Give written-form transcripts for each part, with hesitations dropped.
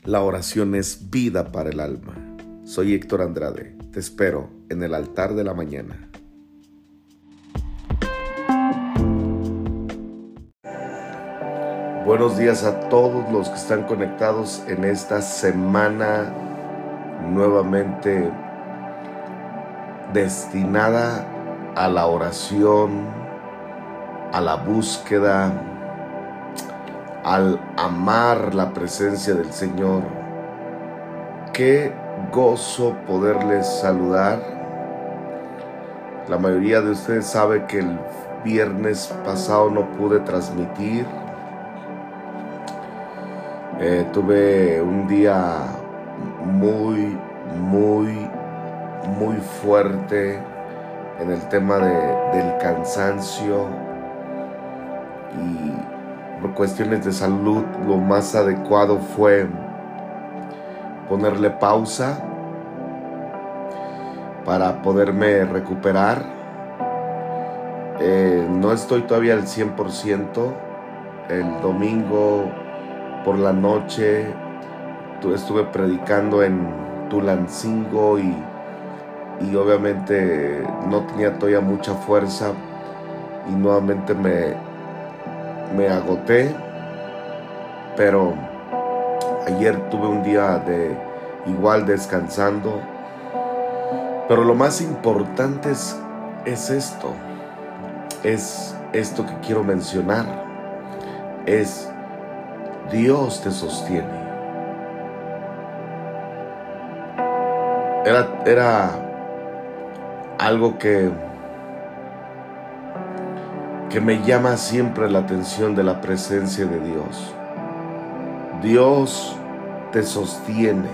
La oración es vida para el alma. Soy Héctor Andrade. Te espero en el altar de la mañana. Buenos días a todos los que están conectados en esta semana nuevamente destinada a la oración, a la búsqueda, al amar la presencia del Señor. Qué gozo poderles saludar. La mayoría de ustedes sabe que el viernes pasado no pude transmitir. Tuve un día muy fuerte en el tema del cansancio, y por cuestiones de salud lo más adecuado fue ponerle pausa para poderme recuperar. No estoy todavía al 100%. El domingo por la noche estuve predicando en Tulancingo y obviamente no tenía todavía mucha fuerza y nuevamente me agoté, pero ayer tuve un día de igual descansando. Pero lo más importante es esto que quiero mencionar, es Dios te sostiene. Era algo que me llama siempre la atención de la presencia de Dios. Dios te sostiene,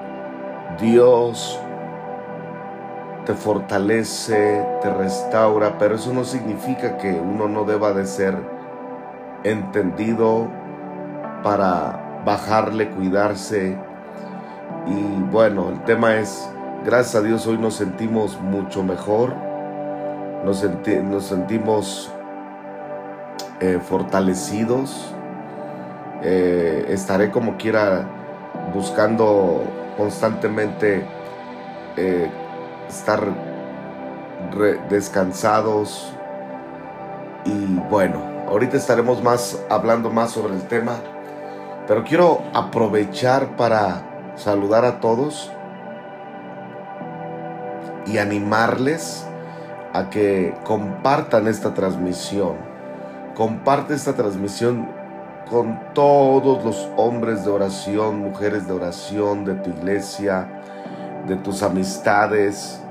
Dios te fortalece, te restaura, pero eso no significa que uno no deba de ser entendido para bajarle, cuidarse. Y bueno, el tema es, gracias a Dios hoy nos sentimos mucho mejor, nos sentimos fortalecidos. Estaré como quiera buscando constantemente estar descansados. Y bueno, ahorita estaremos hablando más sobre el tema, pero quiero aprovechar para saludar a todos y animarles a que compartan esta transmisión. Comparte esta transmisión con todos los hombres de oración, mujeres de oración de tu iglesia, de tus amistades.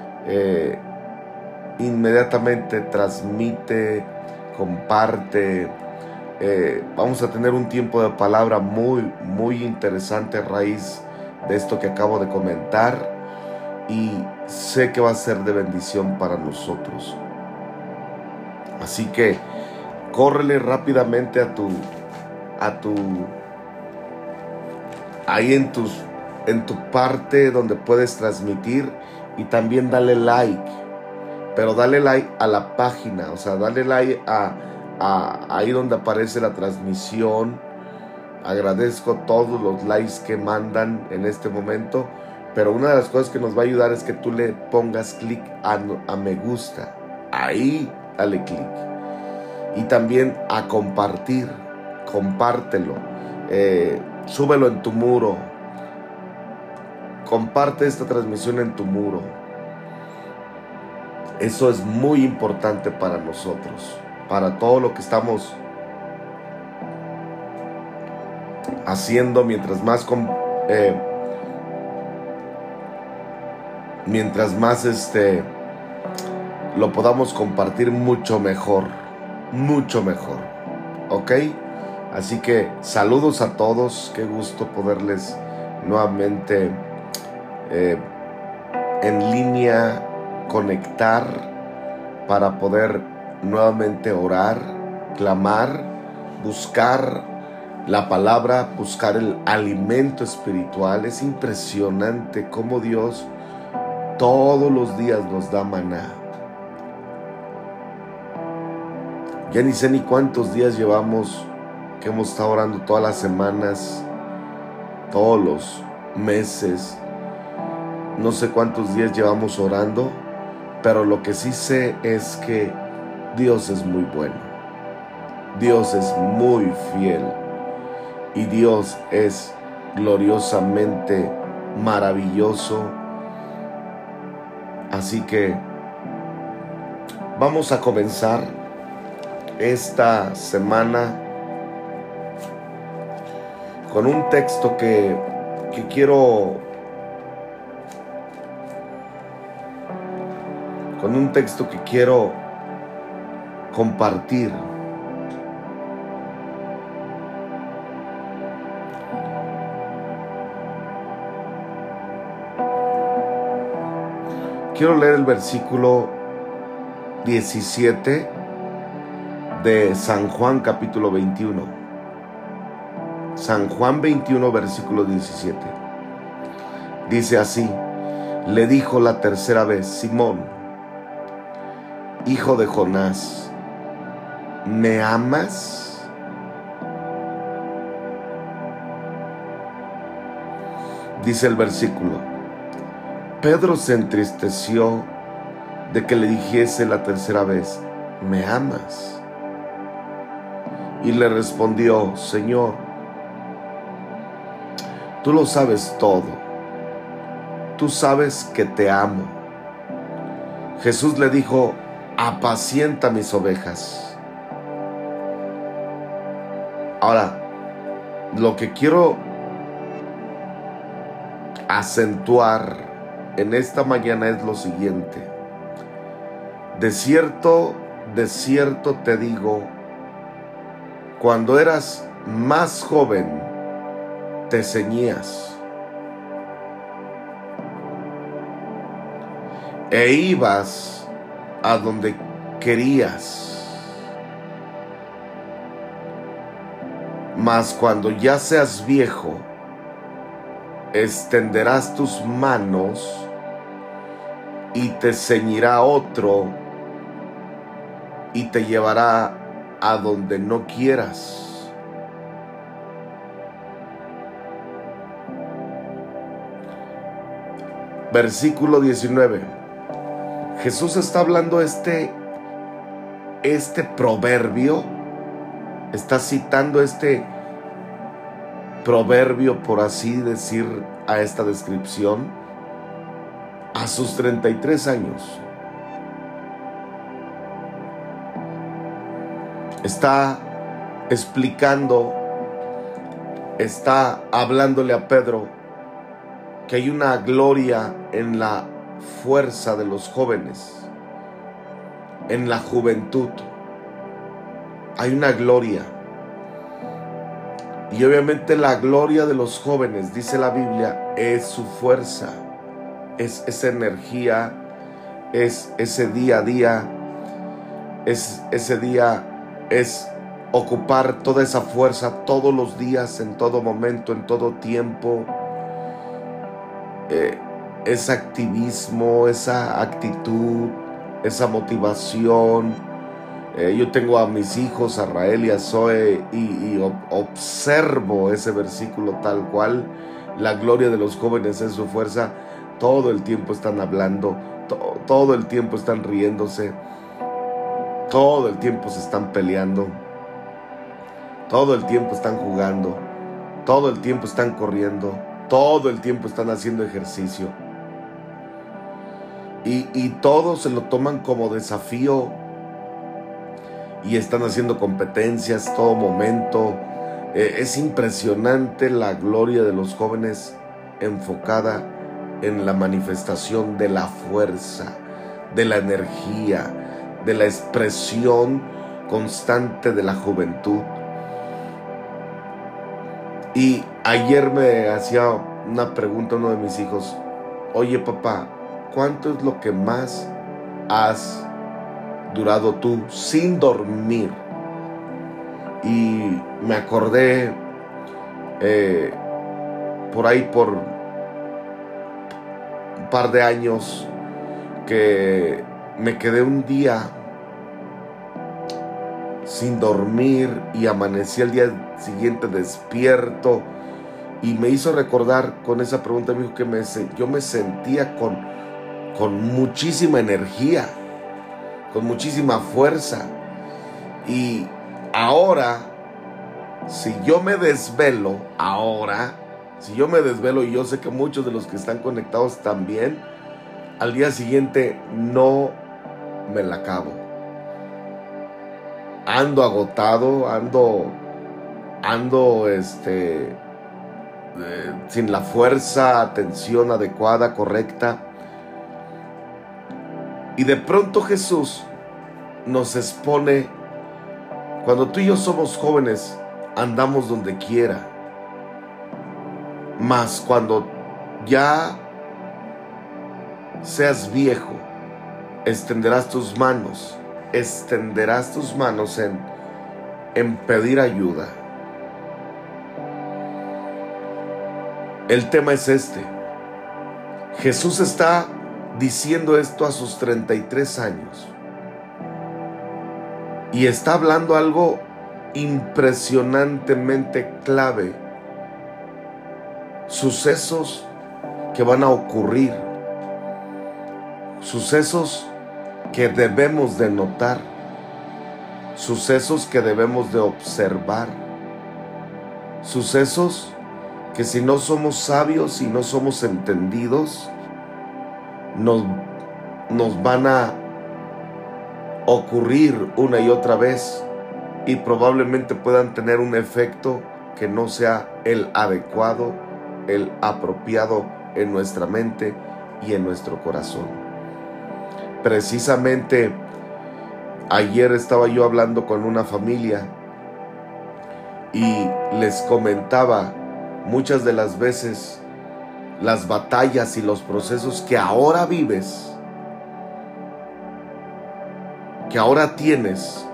Inmediatamente transmite, comparte. Vamos a tener un tiempo de palabra muy interesante a raíz de esto que acabo de comentar, y sé que va a ser de bendición para nosotros. Así que córrele rápidamente ahí en tu parte donde puedes transmitir, y también dale like, pero dale like a la página, o sea, dale like ahí donde aparece la transmisión. Agradezco todos los likes que mandan en este momento, pero una de las cosas que nos va a ayudar es que tú le pongas clic a me gusta. Ahí dale clic, y también a compartir. Compártelo, súbelo en tu muro, comparte esta transmisión en tu muro. Eso es muy importante para nosotros, para todo lo que estamos haciendo. Mientras más lo podamos compartir, mucho mejor, ¿ok? Así que saludos a todos, qué gusto poderles nuevamente en línea conectar para poder nuevamente orar, clamar, buscar la palabra, buscar el alimento espiritual. Es impresionante cómo Dios todos los días nos da maná. Ya ni sé ni cuántos días llevamos que hemos estado orando todas las semanas todos los meses, no sé cuántos días llevamos orando, pero lo que sí sé es que Dios es muy bueno, Dios es muy fiel y Dios es gloriosamente maravilloso. Así que vamos a comenzar esta semana con un texto que quiero compartir. Quiero leer el versículo 17 de San Juan capítulo 21. San Juan 21 versículo 17. Dice así: le dijo la tercera vez: Simón, hijo de Jonás, ¿me amas? Dice el versículo: Pedro se entristeció de que le dijese la tercera vez: ¿me amas? Y le respondió: Señor, tú lo sabes todo, tú sabes que te amo. Jesús le dijo: apacienta mis ovejas. Ahora, lo que quiero acentuar en esta mañana es lo siguiente: de cierto te digo, cuando eras más joven te ceñías e ibas a donde querías, mas cuando ya seas viejo, extenderás tus manos y te ceñirá otro y te llevará a donde no quieras. Versículo 19. Jesús está hablando este proverbio, está citando este proverbio, por así decir, a esta descripción, a sus 33 años. Está explicando, está hablándole a Pedro que hay una gloria en la fuerza de los jóvenes, en la juventud. Hay una gloria. Y obviamente la gloria de los jóvenes, dice la Biblia, es su fuerza, es esa energía, es ese día a día, es ocupar toda esa fuerza todos los días, en todo momento, en todo tiempo. Ese activismo, esa actitud, esa motivación. Yo tengo a mis hijos, a Rael y a Zoe, y observo ese versículo tal cual. La gloria de los jóvenes es su fuerza. Todo el tiempo están hablando, todo el tiempo están riéndose, todo el tiempo se están peleando, todo el tiempo están jugando, todo el tiempo están corriendo, todo el tiempo están haciendo ejercicio. Y todos se lo toman como desafío y están haciendo competencias todo momento. Es impresionante la gloria de los jóvenes enfocada en la manifestación de la fuerza, de la energía, de la expresión constante de la juventud. Y ayer me hacía una pregunta uno de mis hijos: oye papá, ¿cuánto es lo que más has durado tú sin dormir? Y me acordé por ahí por un par de años que me quedé un día sin dormir y amanecí al día siguiente despierto Y me hizo recordar con esa pregunta, me dijo que yo me sentía con muchísima energía, con muchísima fuerza. Y ahora, si yo me desvelo, y yo sé que muchos de los que están conectados también, al día siguiente no me la acabo. Ando agotado, ando sin la fuerza, atención adecuada, correcta. Y de pronto Jesús nos expone, cuando tú y yo somos jóvenes, andamos donde quiera. Mas cuando ya seas viejo, extenderás tus manos en pedir ayuda. El tema es este. Jesús está diciendo esto a sus 33 años. Y está hablando algo impresionantemente clave. Sucesos que van a ocurrir. Sucesos que debemos de notar. Sucesos que debemos de observar. Sucesos que si no somos sabios y no somos entendidos, nos van a ocurrir una y otra vez y probablemente puedan tener un efecto que no sea el adecuado, el apropiado en nuestra mente y en nuestro corazón. Precisamente ayer estaba yo hablando con una familia y les comentaba muchas de las veces las batallas y los procesos que ahora vives, que ahora tienes,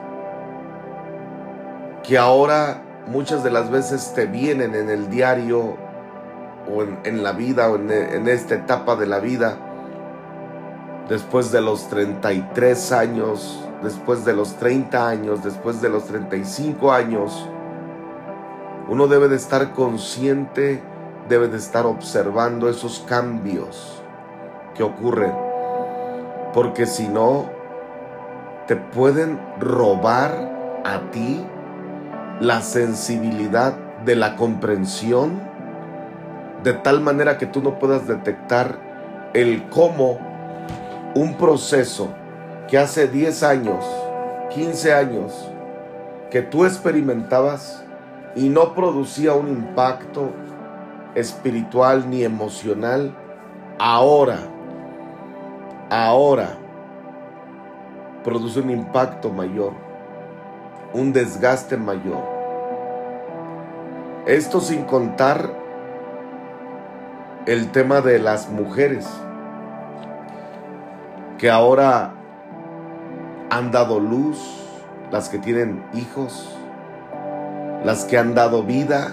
que ahora muchas de las veces te vienen en el diario o en la vida o en esta etapa de la vida, después de los 33 años, después de los 30 años, después de los 35 años, uno debe de estar consciente, debe de estar observando esos cambios que ocurren, porque si no, te pueden robar a ti la sensibilidad de la comprensión, de tal manera que tú no puedas detectar el cómo un proceso que hace 10 años, 15 años, que tú experimentabas y no producía un impacto espiritual ni emocional, ahora produce un impacto mayor, un desgaste mayor. Esto sin contar el tema de las mujeres que ahora han dado luz, las que tienen hijos, las que han dado vida.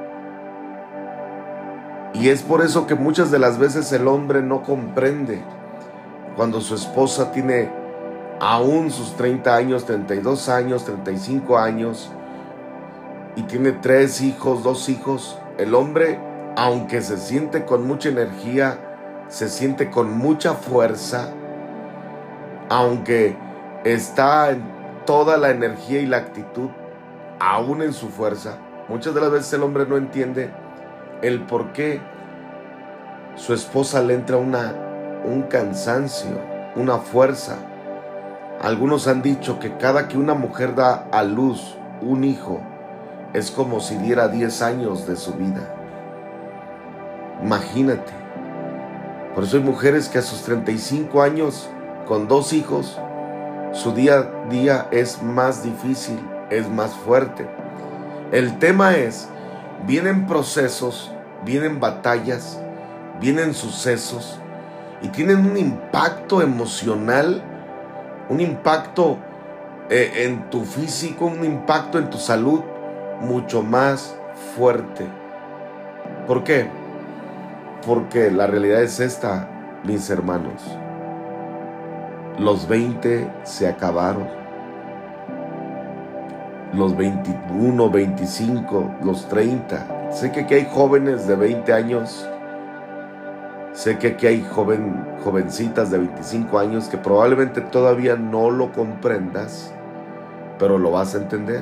Y es por eso que muchas de las veces el hombre no comprende cuando su esposa tiene aún sus 30 años, 32 años, 35 años y tiene 3 hijos, 2 hijos. El hombre, aunque se siente con mucha energía, se siente con mucha fuerza, aunque está en toda la energía y la actitud, aún en su fuerza, muchas de las veces el hombre no entiende el por qué su esposa le entra un cansancio, una fuerza. Algunos han dicho que cada que una mujer da a luz un hijo, es como si diera 10 años de su vida. Imagínate. Por eso hay mujeres que a sus 35 años, con 2 hijos, su día a día es más difícil, es más fuerte. El tema es, vienen procesos, vienen batallas, vienen sucesos y tienen un impacto emocional, un impacto en tu físico, un impacto en tu salud mucho más fuerte. ¿Por qué? Porque la realidad es esta, mis hermanos. Los 20 se acabaron. los 21, 25, los 30. Sé que aquí hay jóvenes de 20 años. Sé que aquí hay jovencitas de 25 años que probablemente todavía no lo comprendas, pero lo vas a entender.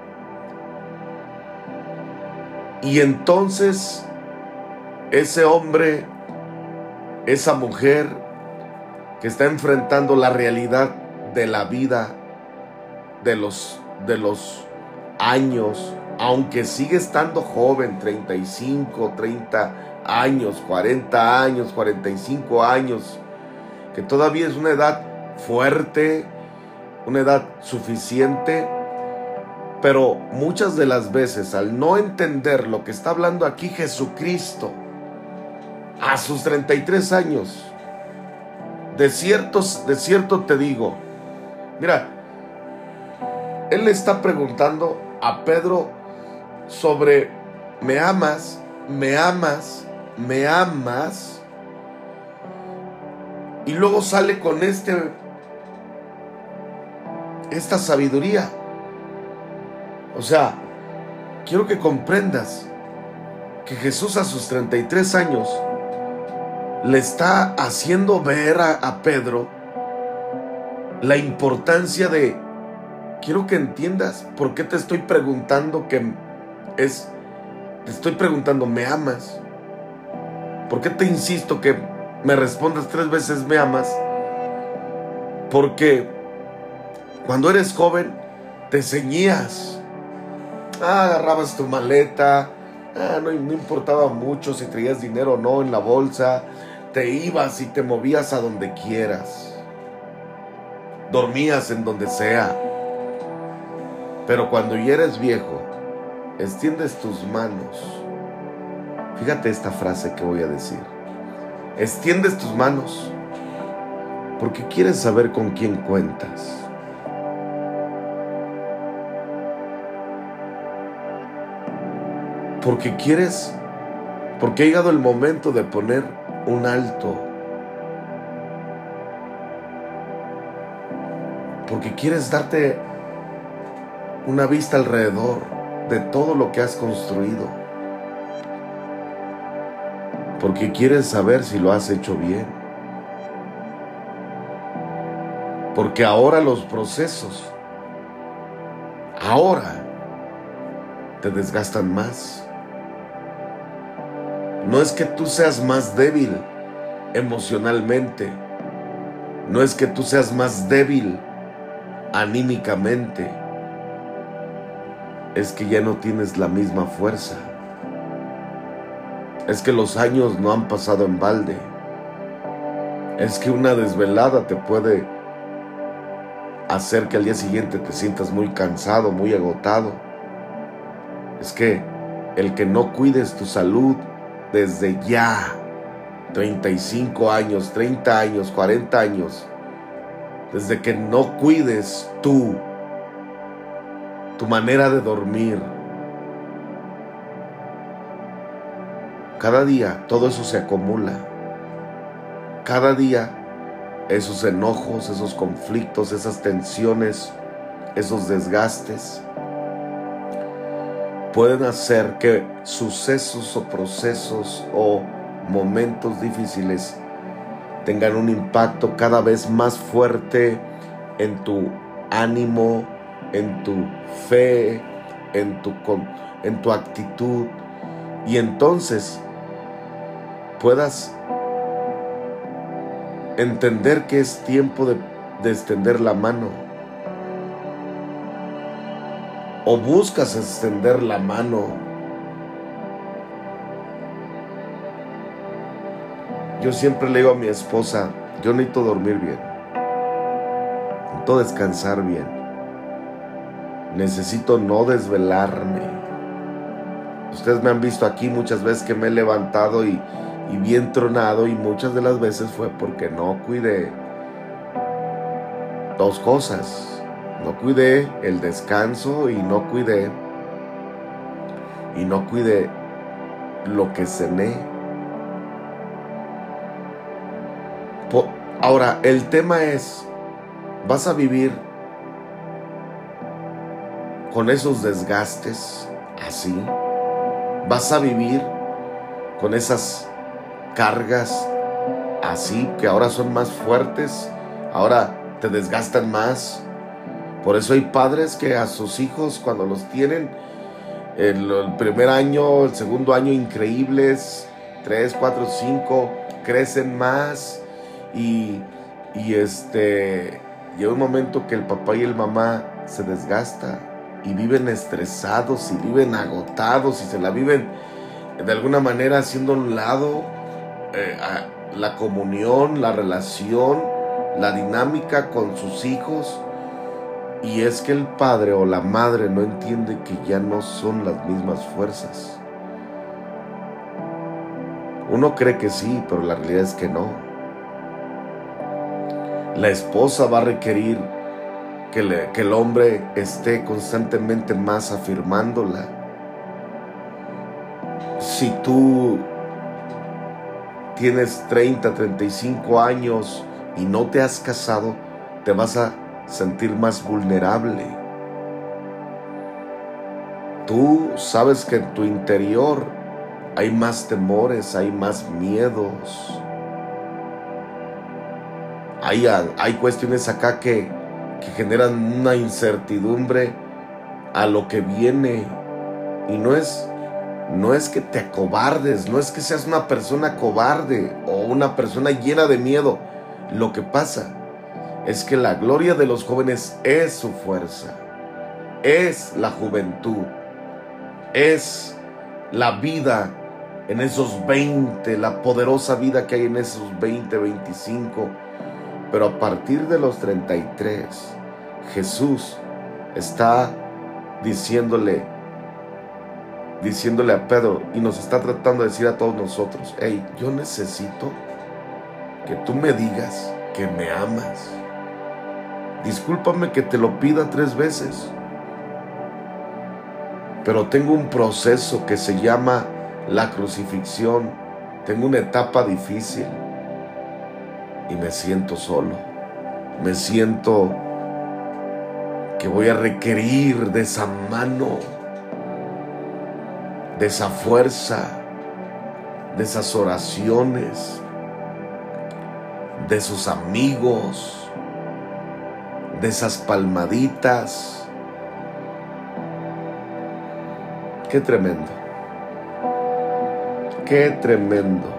Y entonces ese hombre, esa mujer que está enfrentando la realidad de la vida, de los años, aunque sigue estando joven, 35, 30 años, 40 años, 45 años, que todavía es una edad fuerte, una edad suficiente, pero muchas de las veces, al no entender lo que está hablando aquí Jesucristo, a sus 33 años, de cierto te digo, mira, Él le está preguntando a Pedro sobre: ¿me amas? ¿Me amas? ¿Me amas? Y luego sale con esta sabiduría. O sea, quiero que comprendas que Jesús a sus 33 años le está haciendo ver a Pedro la importancia de: quiero que entiendas por qué te estoy preguntando te estoy preguntando, ¿me amas? ¿Por qué te insisto que me respondas 3 veces me amas? Porque cuando eres joven te ceñías, agarrabas tu maleta, no importaba mucho si traías dinero o no en la bolsa, te ibas y te movías a donde quieras, dormías en donde sea. Pero cuando ya eres viejo, extiendes tus manos. Fíjate esta frase que voy a decir: extiendes tus manos porque quieres saber con quién cuentas. Porque ha llegado el momento de poner un alto. Porque quieres darte una vista alrededor de todo lo que has construido. Porque quieres saber si lo has hecho bien. Porque ahora los procesos, ahora te desgastan más. No es que tú seas más débil emocionalmente. No es que tú seas más débil anímicamente. Es que ya no tienes la misma fuerza. Es que los años no han pasado en balde. Es que una desvelada te puede hacer que al día siguiente te sientas muy cansado, muy agotado. Es que el que no cuides tu salud desde ya, 35 años, 30 años, 40 años, desde que no cuides tu manera de dormir, cada día todo eso se acumula. Cada día esos enojos, esos conflictos, esas tensiones, esos desgastes pueden hacer que sucesos o procesos o momentos difíciles tengan un impacto cada vez más fuerte en tu ánimo, en tu fe, en tu actitud, y entonces puedas entender que es tiempo de extender la mano, o buscas extender la mano. Yo siempre le digo a mi esposa: yo necesito dormir bien, necesito descansar bien, necesito no desvelarme. Ustedes me han visto aquí muchas veces que me he levantado y bien tronado, y muchas de las veces fue porque no cuidé dos cosas. No cuidé el descanso y no cuidé lo que cené. Ahora, el tema es: ¿vas a vivir con esos desgastes así. Vas a vivir con esas cargas así, que ahora son más fuertes, ahora te desgastan más. Por eso hay padres que a sus hijos, cuando los tienen el primer año, el segundo año, increíbles, 3, 4, 5, crecen más y llega un momento que el papá y el mamá se desgastan y viven estresados y viven agotados y se la viven de alguna manera haciendo a un lado la comunión, la relación, la dinámica con sus hijos. Y es que el padre o la madre no entiende que ya no son las mismas fuerzas. Uno cree que sí, pero la realidad es que no. La esposa va a requerir que el hombre esté constantemente más afirmándola. Si tú tienes 30, 35 años y no te has casado, te vas a sentir más vulnerable. Tú sabes que en tu interior hay más temores, hay más miedos. Hay cuestiones acá que generan una incertidumbre a lo que viene. Y no es que te acobardes, no es que seas una persona cobarde o una persona llena de miedo. Lo que pasa es que la gloria de los jóvenes es su fuerza, es la juventud, es la vida en esos 20, la poderosa vida que hay en esos 20, 25. Pero a partir de los 33, Jesús está diciéndole a Pedro, y nos está tratando de decir a todos nosotros: hey, yo necesito que tú me digas que me amas. Discúlpame que te lo pida 3 veces, pero tengo un proceso que se llama la crucifixión. Tengo una etapa difícil y me siento solo. Me siento que voy a requerir de esa mano, de esa fuerza, de esas oraciones, de sus amigos, de esas palmaditas. Qué tremendo. Qué tremendo.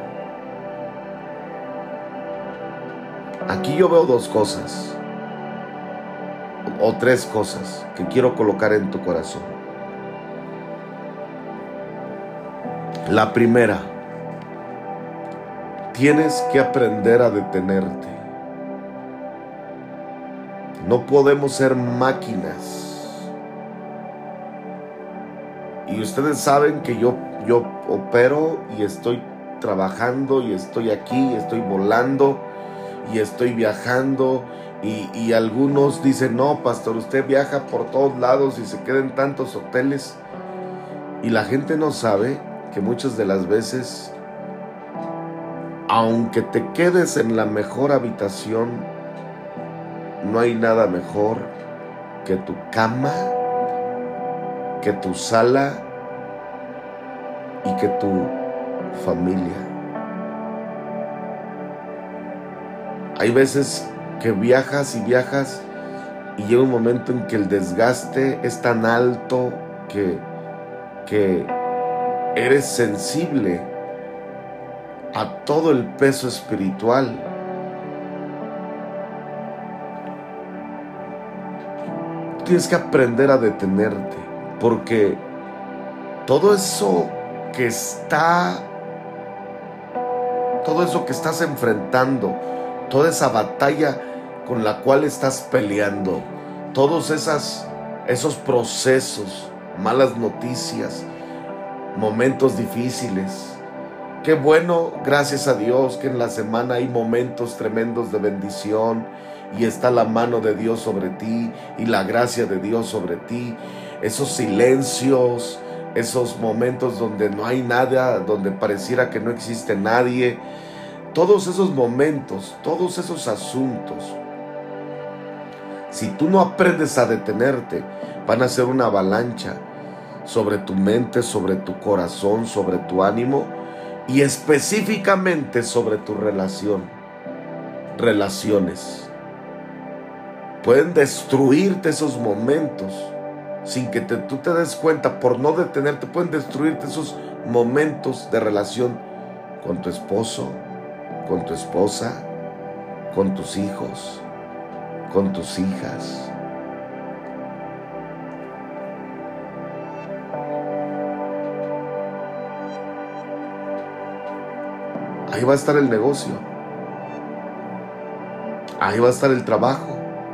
Aquí yo veo 2 cosas o 3 cosas que quiero colocar en tu corazón. La primera, tienes que aprender a detenerte. No podemos ser máquinas. Y ustedes saben que yo opero y estoy trabajando y estoy aquí, estoy volando y estoy viajando. Y algunos dicen: no, pastor, usted viaja por todos lados y se queda en tantos hoteles. Y la gente no sabe que muchas de las veces, aunque te quedes en la mejor habitación, no hay nada mejor que tu cama, que tu sala y que tu familia. Hay veces que viajas y viajas y llega un momento en que el desgaste es tan alto que eres sensible a todo el peso espiritual. Tienes que aprender a detenerte, porque todo eso que estás enfrentando, toda esa batalla con la cual estás peleando, todos esos procesos, malas noticias, momentos difíciles. Qué bueno, gracias a Dios, que en la semana hay momentos tremendos de bendición y está la mano de Dios sobre ti y la gracia de Dios sobre ti. Esos silencios, esos momentos donde no hay nada, donde pareciera que no existe nadie, todos esos momentos, todos esos asuntos, si tú no aprendes a detenerte, van a ser una avalancha sobre tu mente, sobre tu corazón, sobre tu ánimo y específicamente sobre tu relaciones. Pueden destruirte esos momentos sin que tú te des cuenta. Por no detenerte, pueden destruirte esos momentos de relación con tu esposo, con tu esposa, con tus hijos, con tus hijas. Ahí va a estar el negocio. Ahí va a estar el trabajo.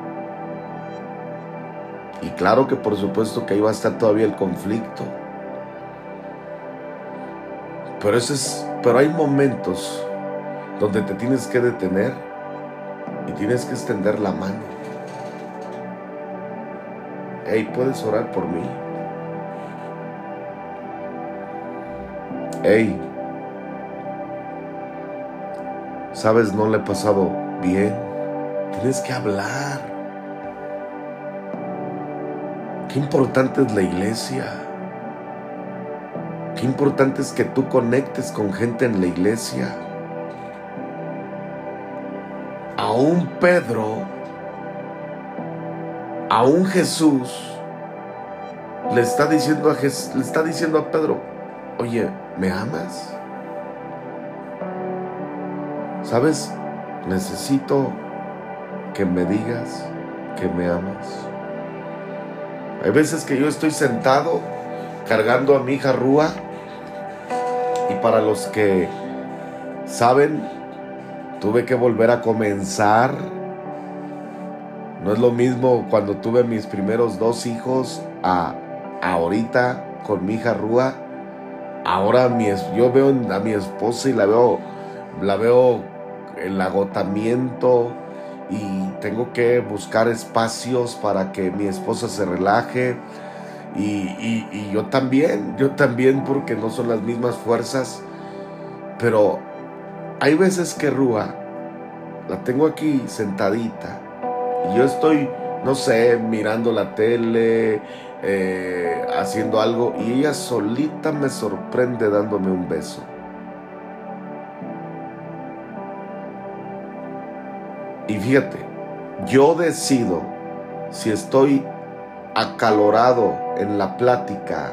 Y claro que por supuesto que ahí va a estar todavía el conflicto. Pero hay momentos donde te tienes que detener y tienes que extender la mano. Hey, ¿puedes orar por mí? Hey, ¿sabes? No le he pasado bien. Tienes que hablar. Qué importante es la iglesia. Qué importante es que tú conectes con gente en la iglesia. Aún Pedro, aún Jesús le está diciendo a Pedro, oye, ¿me amas? ¿Sabes? Necesito que me digas que me amas. Hay veces que yo estoy sentado cargando a mi hija Rúa, y para los que saben, tuve que volver a comenzar. No es lo mismo cuando tuve mis primeros 2 hijos a ahorita con mi hija Rúa. Ahora yo veo a mi esposa y la veo el agotamiento, y tengo que buscar espacios para que mi esposa se relaje, y yo también porque no son las mismas fuerzas. Pero hay veces que Rúa la tengo aquí sentadita y yo estoy, no sé, mirando la tele, haciendo algo, y ella solita me sorprende dándome un beso. Y fíjate, yo decido si estoy acalorado en la plática,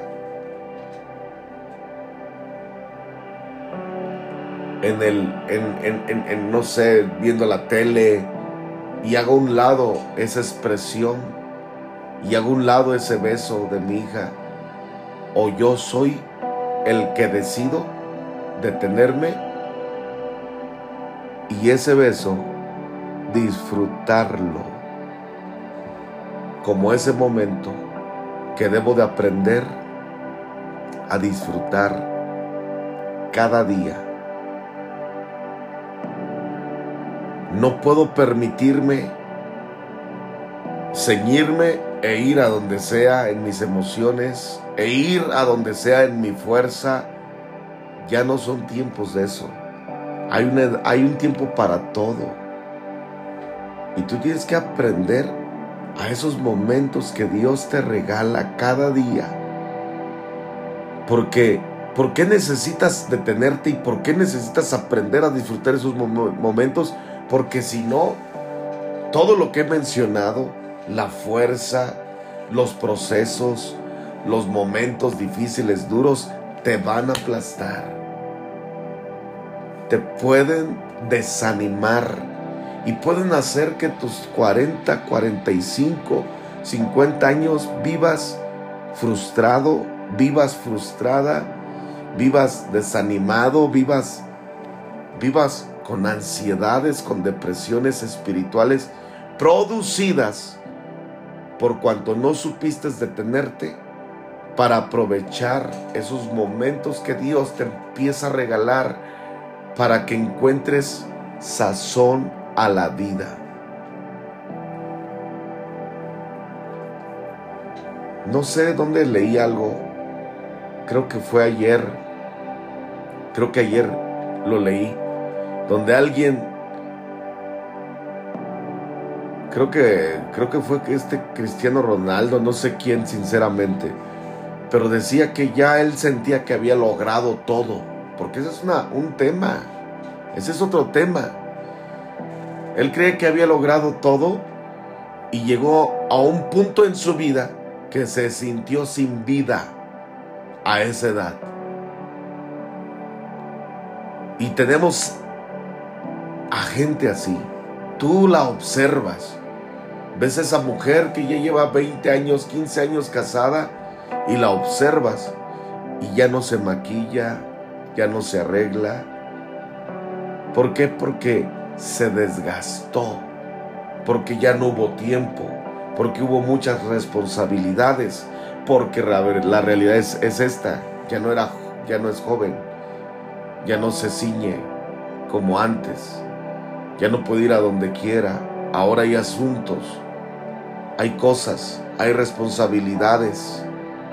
no sé, viendo la tele, y hago a un lado esa expresión, y hago a un lado ese beso de mi hija, o yo soy el que decido detenerme y ese beso disfrutarlo como ese momento que debo de aprender a disfrutar cada día. No puedo permitirme ceñirme e ir a donde sea en mis emociones, e ir a donde sea en mi fuerza. Ya no son tiempos de eso. Hay un tiempo para todo. Y tú tienes que aprender a esos momentos que Dios te regala cada día. Porque ¿por qué necesitas detenerte y por qué necesitas aprender a disfrutar esos momentos? Porque si no, todo lo que he mencionado, la fuerza, los procesos, los momentos difíciles, duros, te van a aplastar. Te pueden desanimar y pueden hacer que tus 40, 45, 50 años vivas frustrado, vivas frustrada, vivas desanimado, vivas con ansiedades, con depresiones espirituales producidas por cuanto no supiste detenerte para aprovechar esos momentos que Dios te empieza a regalar para que encuentres sazón a la vida. No sé dónde leí algo, creo que ayer lo leí, donde alguien creo que fue Cristiano Ronaldo, no sé quién sinceramente, pero decía que ya él sentía que había logrado todo, porque ese es un tema, ese es otro tema. Él cree que había logrado todo y llegó a un punto en su vida que se sintió sin vida a esa edad. Y tenemos a gente así. Tú la observas. Ves a esa mujer que ya lleva 20 años, 15 años casada y la observas y ya no se maquilla, ya no se arregla. ¿Por qué? Porque se desgastó, porque ya no hubo tiempo, porque hubo muchas responsabilidades, porque la realidad es esta, ya no es joven, ya no se ciñe como antes, ya no puede ir a donde quiera. Ahora hay asuntos, hay cosas, hay responsabilidades.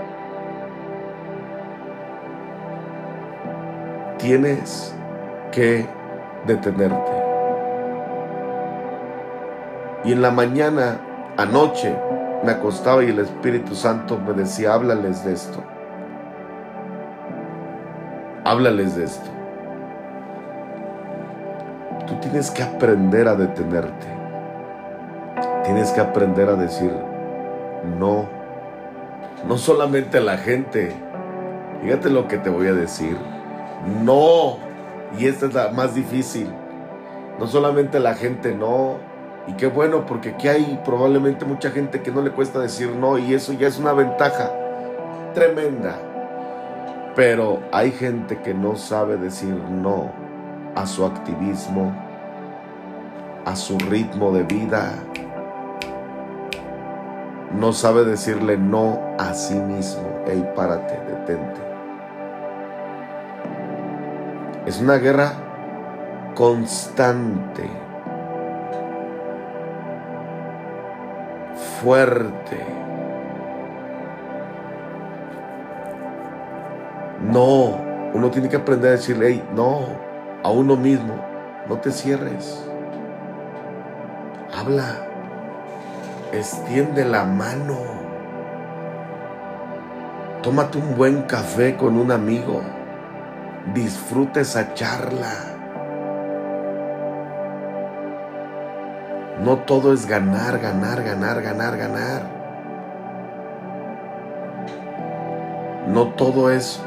Tienes que detenerte. Y en la mañana, anoche, me acostaba y el Espíritu Santo me decía, háblales de esto. Háblales de esto. Tú tienes que aprender a detenerte. Tienes que aprender a decir no. No solamente a la gente. Fíjate lo que te voy a decir. No. Y esta es la más difícil. No solamente a la gente, no. Y qué bueno, porque aquí hay probablemente mucha gente que no le cuesta decir no, y eso ya es una ventaja tremenda. Pero hay gente que no sabe decir no a su activismo, a su ritmo de vida. No sabe decirle no a sí mismo. Ey, párate, detente. Es una guerra constante, fuerte. No, uno tiene que aprender a decirle, hey, no, a uno mismo, no te cierres. Habla, extiende la mano. Tómate un buen café con un amigo. Disfruta esa charla. No todo es ganar, ganar, ganar, ganar, ganar. No todo es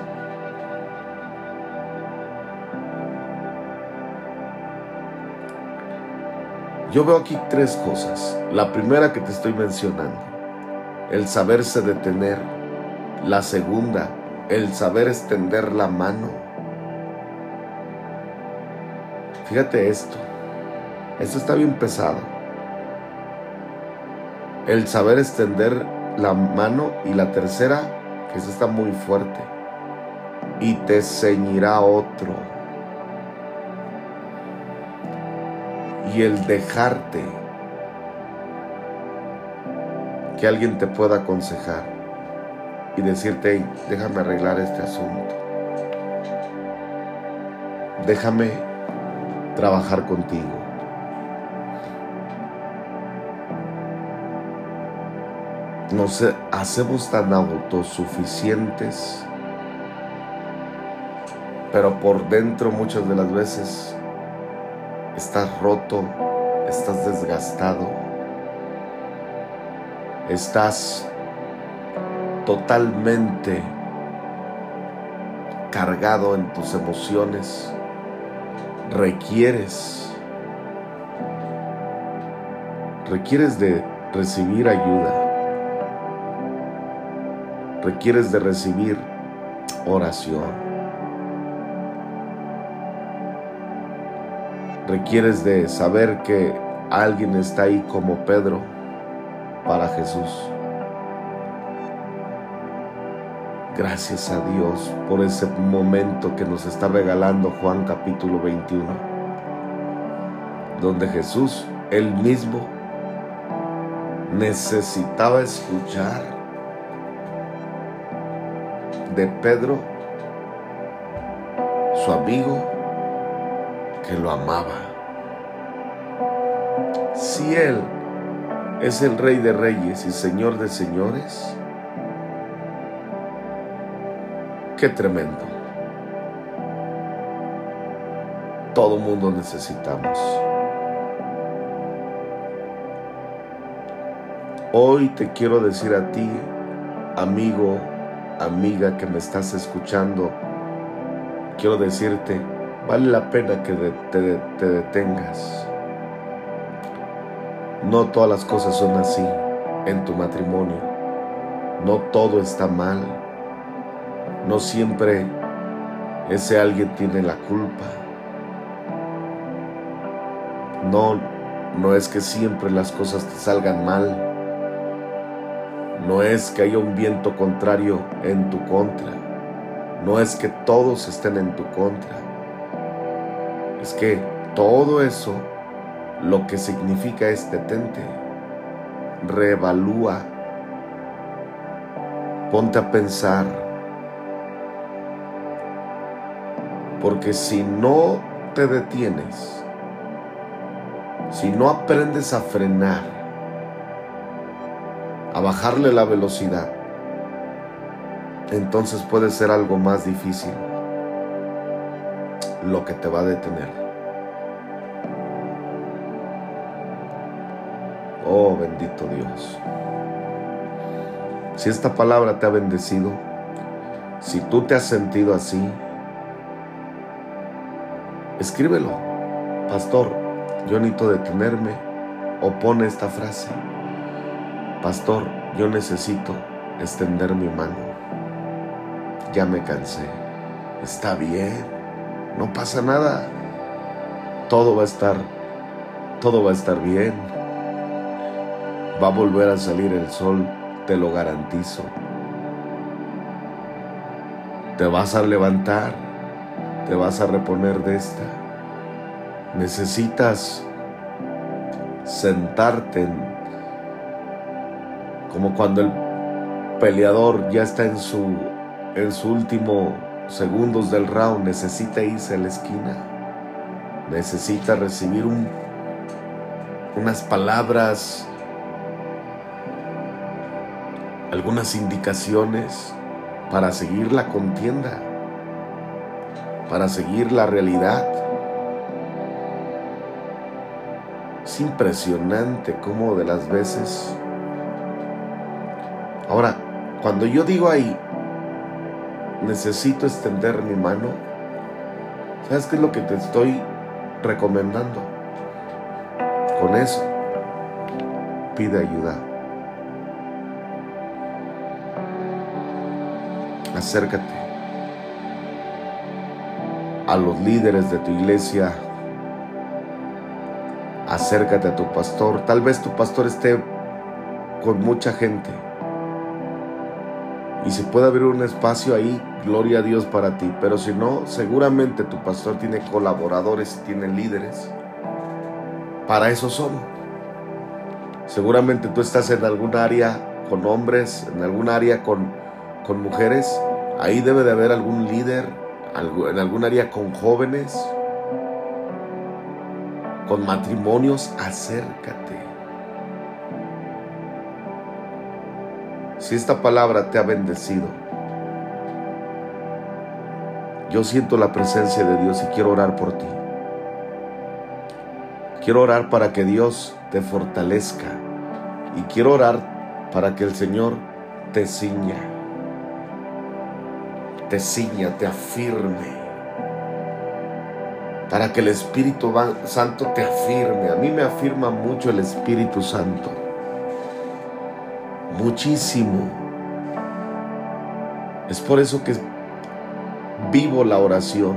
Yo veo aquí tres cosas. La primera que te estoy mencionando, el saberse detener. La segunda, el saber extender la mano. Fíjate esto está bien pesado. El saber extender la mano, y la tercera, que esa está muy fuerte, y te ceñirá otro. Y el dejarte que alguien te pueda aconsejar y decirte, hey, déjame arreglar este asunto, déjame trabajar contigo. Nos hacemos tan autosuficientes, pero por dentro muchas de las veces estás roto, estás desgastado, estás totalmente cargado en tus emociones. Requieres de recibir ayuda. Requieres de recibir oración. Requieres de saber que alguien está ahí como Pedro para Jesús. Gracias a Dios por ese momento que nos está regalando Juan capítulo 21, donde Jesús, él mismo, necesitaba escuchar de Pedro, su amigo, que lo amaba. Si él es el Rey de Reyes y Señor de Señores. Qué tremendo. Todo mundo necesitamos. Hoy te quiero decir a ti, amigo, amiga que me estás escuchando, quiero decirte, vale la pena que te detengas. No todas las cosas son así en tu matrimonio. No todo está mal. No siempre ese alguien tiene la culpa. No es que siempre las cosas te salgan mal. No es que haya un viento contrario en tu contra. No es que todos estén en tu contra. Es que todo eso, lo que significa es detente, reevalúa, ponte a pensar. Porque si no te detienes, si no aprendes a frenar, a bajarle la velocidad, entonces puede ser algo más difícil lo que te va a detener. Oh, bendito Dios. Si esta palabra te ha bendecido, si tú te has sentido así, escríbelo. Pastor, yo necesito detenerme. O pone esta frase: Pastor, yo necesito extender mi mano. Ya me cansé. Está bien, no pasa nada. Todo va a estar bien. Va a volver a salir el sol, te lo garantizo. Te vas a levantar, te vas a reponer de esta. Necesitas sentarte como cuando el peleador ya está en su último segundos del round, necesita irse a la esquina, necesita recibir unas palabras, algunas indicaciones para seguir la contienda, para seguir la realidad. Es impresionante cómo de las veces. Ahora, cuando yo digo ahí, necesito extender mi mano, ¿sabes qué es lo que te estoy recomendando? Con eso, pide ayuda. Acércate a los líderes de tu iglesia. Acércate a tu pastor. Tal vez tu pastor esté con mucha gente. Y si puede haber un espacio ahí, gloria a Dios para ti. Pero si no, seguramente tu pastor tiene colaboradores, tiene líderes. Para eso son. Seguramente tú estás en algún área con hombres, en algún área con mujeres. Ahí debe de haber algún líder, en algún área con jóvenes, con matrimonios. Acércate. Si esta palabra te ha bendecido, yo siento la presencia de Dios y quiero orar por ti. Quiero orar para que Dios te fortalezca y quiero orar para que el Señor te ciña, te afirme, para que el Espíritu Santo te afirme. A mí me afirma mucho el Espíritu Santo, muchísimo. Es por eso que vivo la oración.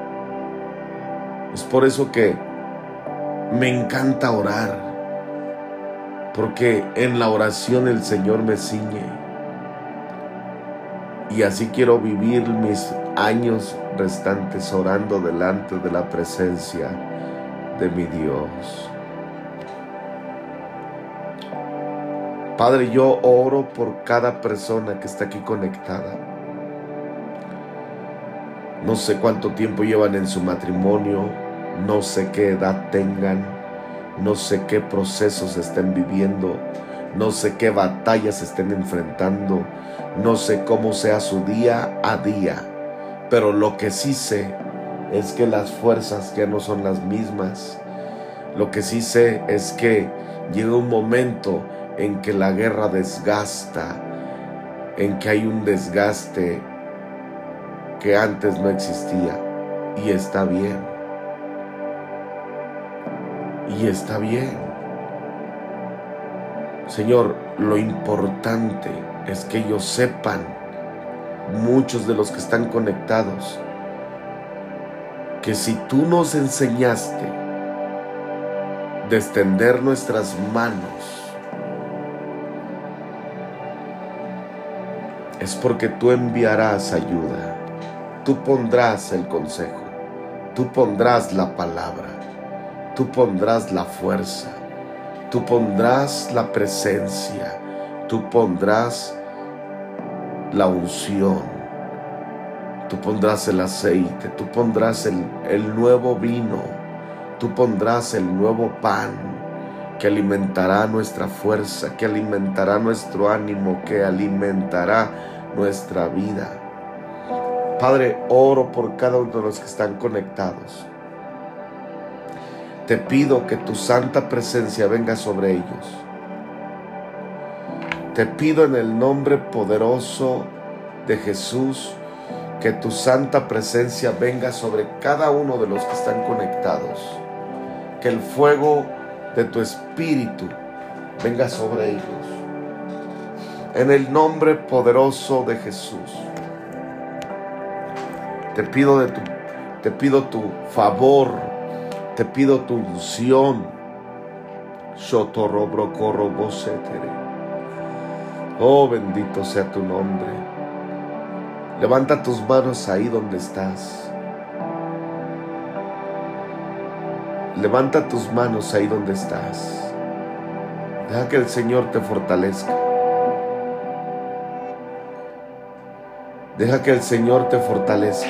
Es por eso que me encanta orar, porque en la oración el Señor me ciñe. Y así quiero vivir mis años restantes orando delante de la presencia de mi Dios. Padre, yo oro por cada persona que está aquí conectada. No sé cuánto tiempo llevan en su matrimonio, no sé qué edad tengan, No sé qué procesos estén viviendo, no sé qué batallas estén enfrentando, no sé cómo sea su día a día, pero lo que sí sé es que las fuerzas ya no son las mismas. Lo que sí sé es que llega un momento en que la guerra desgasta, en que hay un desgaste que antes no existía, y está bien. Y está bien. Señor, lo importante es que ellos sepan, muchos de los que están conectados, que si tú nos enseñaste de extender nuestras manos, es porque tú enviarás ayuda, tú pondrás el consejo, tú pondrás la palabra, tú pondrás la fuerza, tú pondrás la presencia, tú pondrás la unción, tú pondrás el aceite, tú pondrás el nuevo vino, tú pondrás el nuevo pan que alimentará nuestra fuerza, que alimentará nuestro ánimo, que alimentará nuestra vida. Padre, oro por cada uno de los que están conectados. Te pido que tu santa presencia venga sobre ellos. Te pido en el nombre poderoso de Jesús que tu santa presencia venga sobre cada uno de los que están conectados. Que el fuego de tu espíritu venga sobre ellos. En el nombre poderoso de Jesús. Te pido tu favor. Te pido tu unción. Oh, bendito sea tu nombre. Levanta tus manos ahí donde estás. Levanta tus manos ahí donde estás. Deja que el Señor te fortalezca. Deja que el Señor te fortalezca.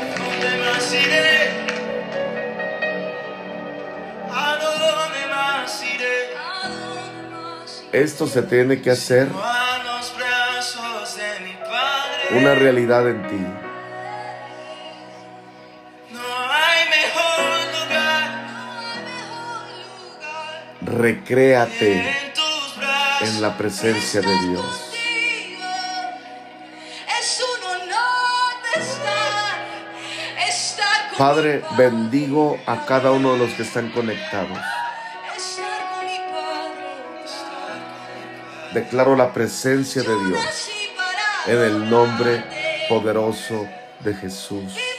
Esto se tiene que hacer una realidad en ti. Recréate en la presencia de Dios. Padre, bendigo a cada uno de los que están conectados. Declaro la presencia de Dios en el nombre poderoso de Jesús.